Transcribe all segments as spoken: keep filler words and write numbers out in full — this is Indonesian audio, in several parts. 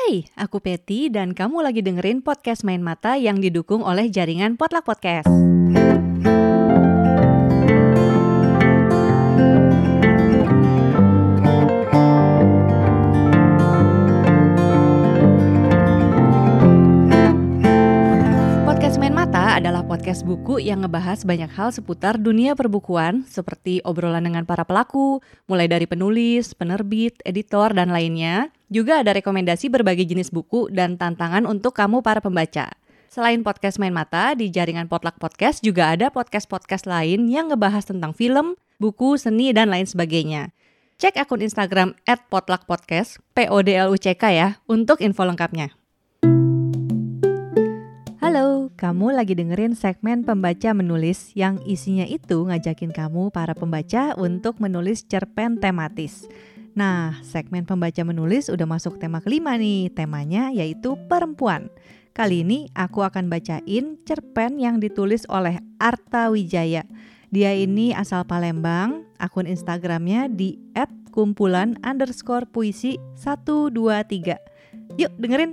Hai, aku Peti dan kamu lagi dengerin podcast Main Mata yang didukung oleh jaringan Potluck Podcast. Podcast Main Mata adalah podcast buku yang ngebahas banyak hal seputar dunia perbukuan seperti obrolan dengan para pelaku, mulai dari penulis, penerbit, editor, dan lainnya. Juga ada rekomendasi berbagai jenis buku dan tantangan untuk kamu para pembaca. Selain podcast Main Mata, di jaringan Potluck Podcast juga ada podcast-podcast lain yang ngebahas tentang film, buku, seni, dan lain sebagainya. Cek akun Instagram et potluckpodcast, P O D L U C K ya, untuk info lengkapnya. Halo, kamu lagi dengerin segmen Pembaca Menulis yang isinya itu ngajakin kamu para pembaca untuk menulis cerpen tematis. Nah, segmen Pembaca Menulis udah masuk tema kelima nih, temanya yaitu perempuan. Kali ini aku akan bacain cerpen yang ditulis oleh Arta Wijaya. Dia ini asal Palembang, akun Instagramnya di et kumpulan underscore puisi satu dua tiga. Yuk dengerin!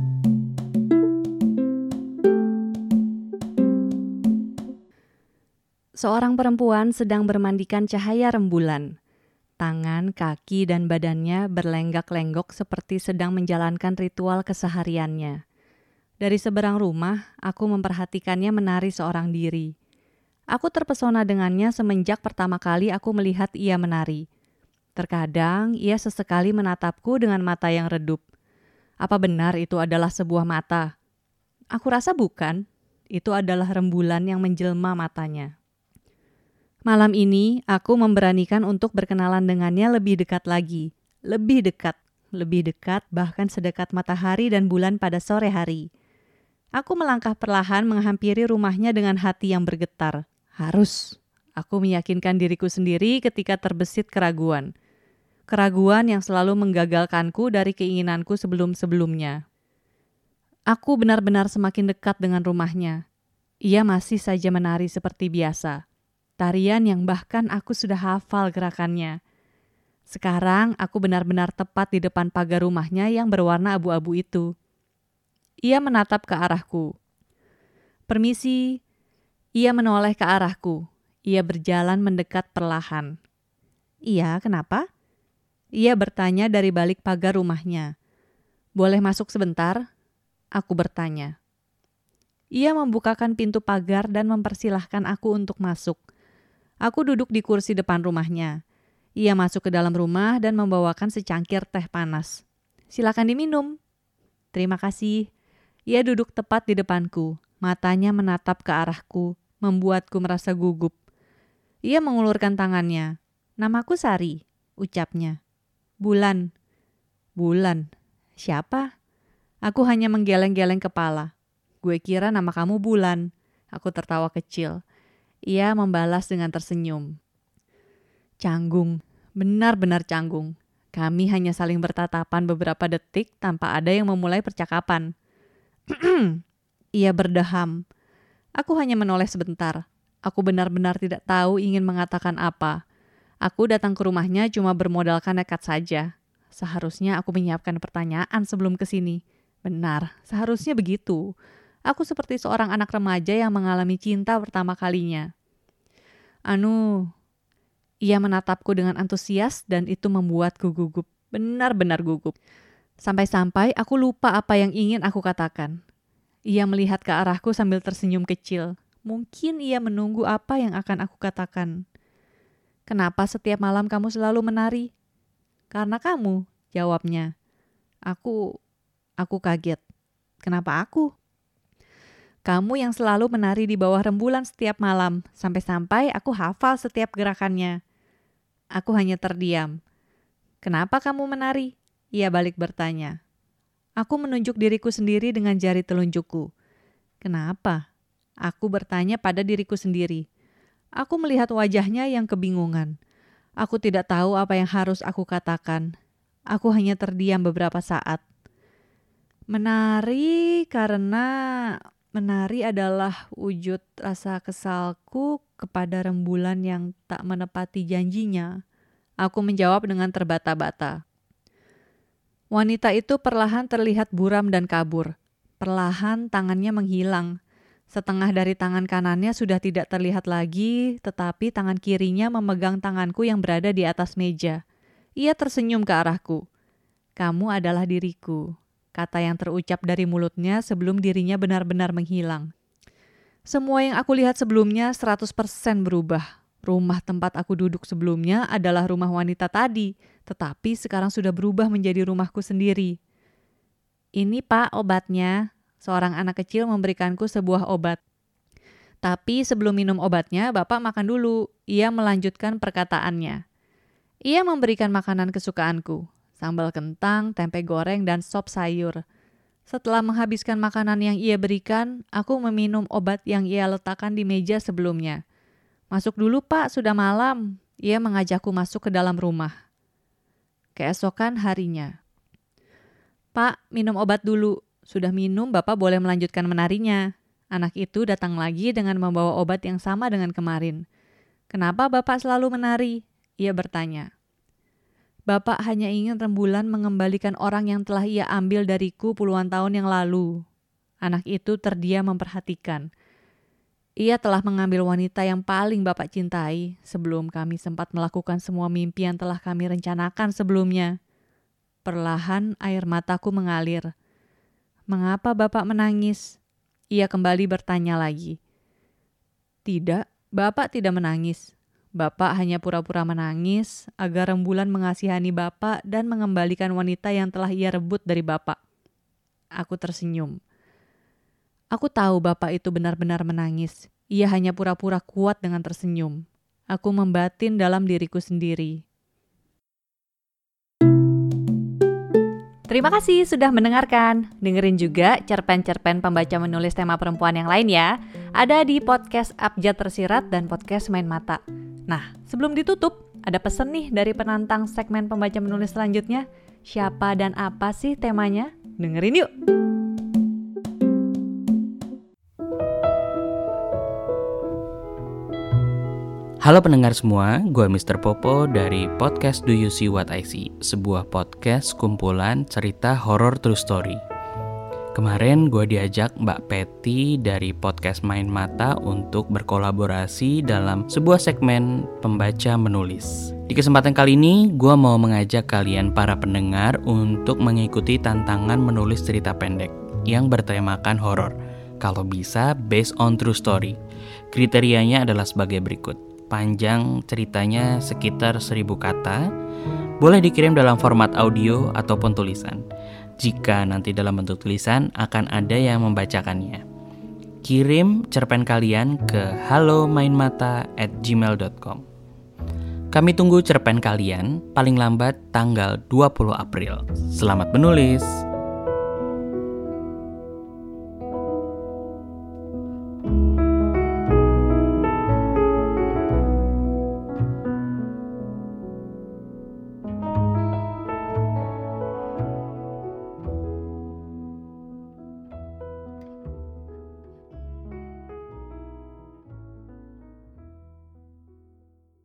Seorang perempuan sedang bermandikan cahaya rembulan. Tangan, kaki, dan badannya berlenggak-lenggok seperti sedang menjalankan ritual kesehariannya. Dari seberang rumah, aku memperhatikannya menari seorang diri. Aku terpesona dengannya semenjak pertama kali aku melihat ia menari. Terkadang, ia sesekali menatapku dengan mata yang redup. Apa benar itu adalah sebuah mata? Aku rasa bukan. Itu adalah rembulan yang menjelma matanya. Malam ini, aku memberanikan untuk berkenalan dengannya lebih dekat lagi. Lebih dekat, lebih dekat bahkan sedekat matahari dan bulan pada sore hari. Aku melangkah perlahan menghampiri rumahnya dengan hati yang bergetar. Harus. Aku meyakinkan diriku sendiri ketika terbesit keraguan. Keraguan yang selalu menggagalkanku dari keinginanku sebelum-sebelumnya. Aku benar-benar semakin dekat dengan rumahnya. Ia masih saja menari seperti biasa. Tarian yang bahkan aku sudah hafal gerakannya. Sekarang aku benar-benar tepat di depan pagar rumahnya yang berwarna abu-abu itu. Ia menatap ke arahku. Permisi. Ia menoleh ke arahku. Ia berjalan mendekat perlahan. Iya, kenapa? Ia bertanya dari balik pagar rumahnya. Boleh masuk sebentar? Aku bertanya. Ia membukakan pintu pagar dan mempersilahkan aku untuk masuk. Aku duduk di kursi depan rumahnya. Ia masuk ke dalam rumah dan membawakan secangkir teh panas. Silakan diminum. Terima kasih. Ia duduk tepat di depanku. Matanya menatap ke arahku, membuatku merasa gugup. Ia mengulurkan tangannya. Namaku Sari, ucapnya. Bulan. Bulan. Siapa? Aku hanya menggeleng-geleng kepala. Gue kira nama kamu Bulan. Aku tertawa kecil. Ia membalas dengan tersenyum. Canggung, benar-benar canggung. Kami hanya saling bertatapan beberapa detik tanpa ada yang memulai percakapan. Ia berdeham. Aku hanya menoleh sebentar. Aku benar-benar tidak tahu ingin mengatakan apa. Aku datang ke rumahnya cuma bermodalkan nekat saja. Seharusnya aku menyiapkan pertanyaan sebelum kesini. Benar, seharusnya begitu. Aku seperti seorang anak remaja yang mengalami cinta pertama kalinya. Anu, ia menatapku dengan antusias dan itu membuatku gugup. Benar-benar gugup. Sampai-sampai aku lupa apa yang ingin aku katakan. Ia melihat ke arahku sambil tersenyum kecil. Mungkin ia menunggu apa yang akan aku katakan. Kenapa setiap malam kamu selalu menari? Karena kamu, jawabnya. Aku, aku kaget. Kenapa aku? Kamu yang selalu menari di bawah rembulan setiap malam, sampai-sampai aku hafal setiap gerakannya. Aku hanya terdiam. Kenapa kamu menari? Ia balik bertanya. Aku menunjuk diriku sendiri dengan jari telunjukku. Kenapa? Aku bertanya pada diriku sendiri. Aku melihat wajahnya yang kebingungan. Aku tidak tahu apa yang harus aku katakan. Aku hanya terdiam beberapa saat. Menari karena... Menari adalah wujud rasa kesalku kepada rembulan yang tak menepati janjinya. Aku menjawab dengan terbata-bata. Wanita itu perlahan terlihat buram dan kabur. Perlahan tangannya menghilang. Setengah dari tangan kanannya sudah tidak terlihat lagi, tetapi tangan kirinya memegang tanganku yang berada di atas meja. Ia tersenyum ke arahku. "Kamu adalah diriku," kata yang terucap dari mulutnya sebelum dirinya benar-benar menghilang. Semua yang aku lihat sebelumnya seratus persen berubah. Rumah tempat aku duduk sebelumnya adalah rumah wanita tadi, tetapi sekarang sudah berubah menjadi rumahku sendiri. "Ini Pak obatnya," seorang anak kecil memberikanku sebuah obat. "Tapi sebelum minum obatnya, Bapak makan dulu," ia melanjutkan perkataannya. Ia memberikan makanan kesukaanku, sambal kentang, tempe goreng, dan sop sayur. Setelah menghabiskan makanan yang ia berikan, aku meminum obat yang ia letakkan di meja sebelumnya. "Masuk dulu Pak, sudah malam." Ia mengajakku masuk ke dalam rumah. Keesokan harinya. "Pak, minum obat dulu. Sudah minum, Bapak boleh melanjutkan menarinya." Anak itu datang lagi dengan membawa obat yang sama dengan kemarin. "Kenapa Bapak selalu menari?" Ia bertanya. "Bapak hanya ingin rembulan mengembalikan orang yang telah ia ambil dariku puluhan tahun yang lalu." Anak itu terdiam memperhatikan. Ia telah mengambil wanita yang paling Bapak cintai sebelum kami sempat melakukan semua mimpi yang telah kami rencanakan sebelumnya. Perlahan air mataku mengalir. "Mengapa Bapak menangis?" Ia kembali bertanya lagi. "Tidak, Bapak tidak menangis. Bapak hanya pura-pura menangis agar rembulan mengasihani Bapak dan mengembalikan wanita yang telah ia rebut dari Bapak." Aku tersenyum. Aku tahu Bapak itu benar-benar menangis. Ia hanya pura-pura kuat dengan tersenyum. Aku membatin dalam diriku sendiri. Terima kasih sudah mendengarkan. Dengerin juga cerpen-cerpen pembaca menulis tema perempuan yang lain ya. Ada di podcast Abjad Tersirat dan podcast Main Mata. Nah, sebelum ditutup, ada pesan nih dari penantang segmen pembaca menulis selanjutnya. Siapa dan apa sih temanya? Dengerin yuk! Halo pendengar semua, gue mister Popo dari podcast Do You See What I See, sebuah podcast kumpulan cerita horor true story. Kemarin gue diajak Mbak Peti dari podcast Main Mata untuk berkolaborasi dalam sebuah segmen pembaca menulis. Di kesempatan kali ini, gue mau mengajak kalian para pendengar untuk mengikuti tantangan menulis cerita pendek yang bertemakan horor. Kalau bisa, based on true story. Kriterianya adalah sebagai berikut. Panjang ceritanya sekitar seribu kata, boleh dikirim dalam format audio ataupun tulisan. Jika nanti dalam bentuk tulisan, akan ada yang membacakannya. Kirim cerpen kalian ke halo main mata at gmail dot com. Kami tunggu cerpen kalian paling lambat tanggal dua puluh April. Selamat menulis!